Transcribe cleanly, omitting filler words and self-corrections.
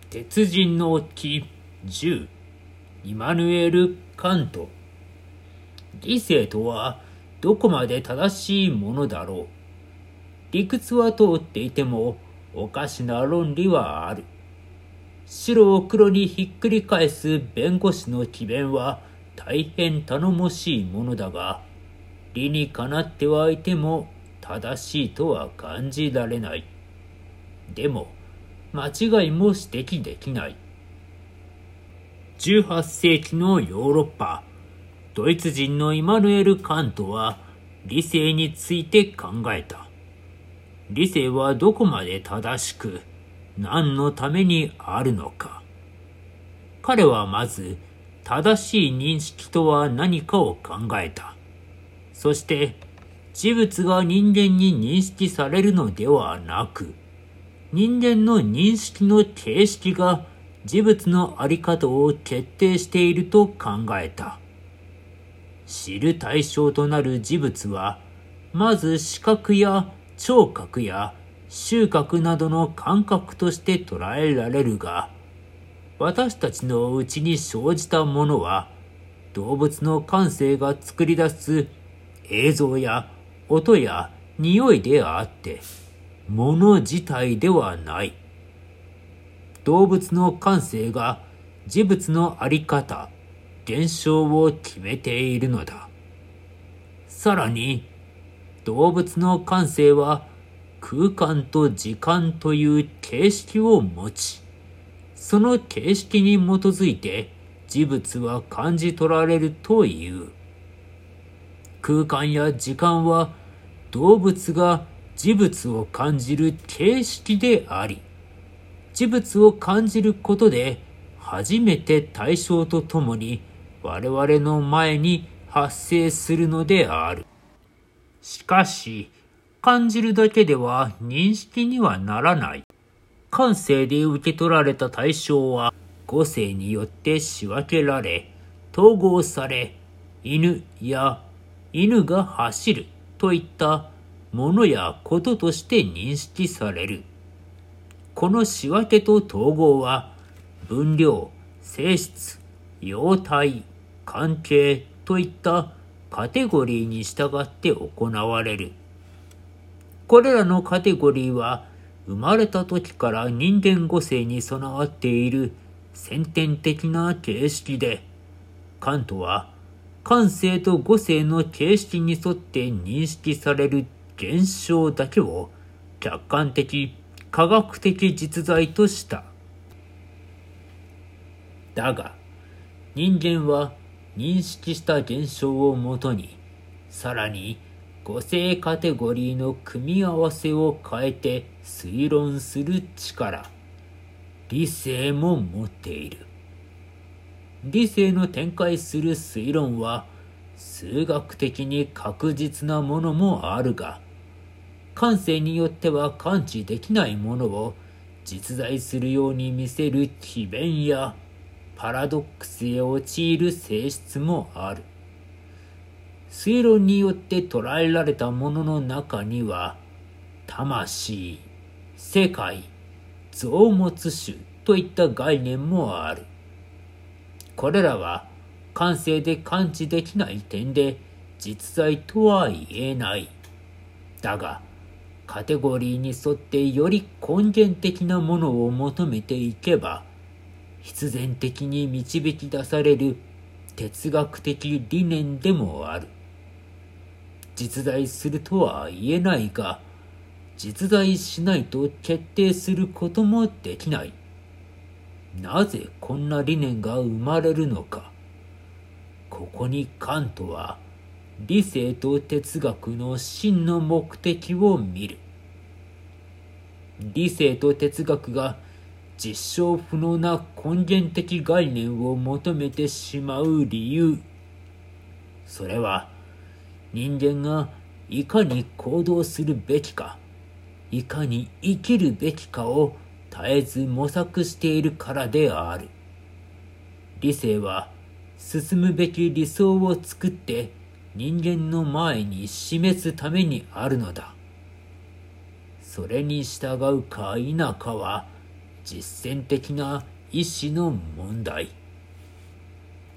鉄人の木10イマヌエル・カント。理性とはどこまで正しいものだろう。理屈は通っていてもおかしな論理はある。白を黒にひっくり返す弁護士の詭弁は大変頼もしいものだが、理にかなってはいても正しいとは感じられない。でも間違いも指摘できない。18世紀のヨーロッパ、ドイツ人のイマヌエル・カントは理性について考えた。理性はどこまで正しく、何のためにあるのか。彼はまず、正しい認識とは何かを考えた。そして、事物が人間に認識されるのではなく、人間の認識の形式が事物のあり方を決定していると考えた。知る対象となる事物は、まず視覚や聴覚や収穫などの感覚として捉えられるが、私たちのうちに生じたものは、動物の感性が作り出す映像や音や匂いであって、もの自体ではない。動物の感性が事物のあり方、現象を決めているのだ。さらに、動物の感性は空間と時間という形式を持ち、その形式に基づいて事物は感じ取られるという。空間や時間は動物が事物を感じる形式であり、事物を感じることで初めて対象とともに我々の前に発生するのである。しかし、感じるだけでは認識にはならない。感性で受け取られた対象は五性によって仕分けられ、統合され、犬や犬が走るといったものやこととして認識される。この仕分けと統合は分量、性質、様態、関係といったカテゴリーに従って行われる。これらのカテゴリーは生まれた時から人間五性に備わっている先天的な形式で、カントは感性と五性の形式に沿って認識される現象だけを客観的、科学的実在とした。だが、人間は認識した現象をもとに、さらに五性カテゴリーの組み合わせを変えて推論する力、理性も持っている。理性の展開する推論は数学的に確実なものもあるが、感性によっては感知できないものを実在するように見せる詭弁やパラドックスへ陥る性質もある。推論によって捉えられたものの中には、魂、世界、造物主といった概念もある。これらは感性で感知できない点で実在とは言えない。だが、カテゴリーに沿ってより根源的なものを求めていけば、必然的に導き出される哲学的理念でもある。実在するとは言えないが、実在しないと決定することもできない。なぜこんな理念が生まれるのか。ここにカントは理性と哲学の真の目的を見る。理性と哲学が実証不能な根源的概念を求めてしまう理由。それは人間がいかに行動するべきか、いかに生きるべきかを絶えず模索しているからである。理性は進むべき理想を作って人間の前に示すためにあるのだ。それに従うか否かは実践的な意思の問題。